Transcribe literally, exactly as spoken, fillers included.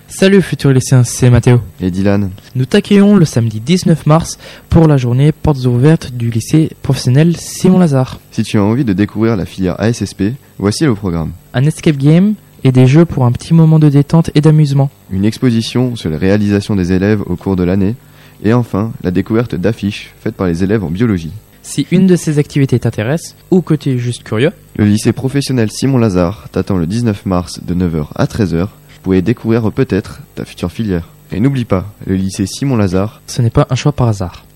Salut futurs lycéens, c'est Mathéo. Et Dylan. Nous t'accueillons le samedi dix-neuf mars pour la journée portes ouvertes du lycée professionnel Simon Lazare. Si tu as envie de découvrir la filière A S S P, voici le programme. Un escape game et des jeux pour un petit moment de détente et d'amusement. Une exposition sur les réalisations des élèves au cours de l'année. Et enfin, la découverte d'affiches faites par les élèves en biologie. Si une de ces activités t'intéresse ou que tu es juste curieux, le lycée professionnel Simon Lazare t'attend le dix-neuf mars de neuf heures à treize heures. Vous pouvez découvrir peut-être ta future filière. Et n'oublie pas, le lycée Simon Lazare, ce n'est pas un choix par hasard.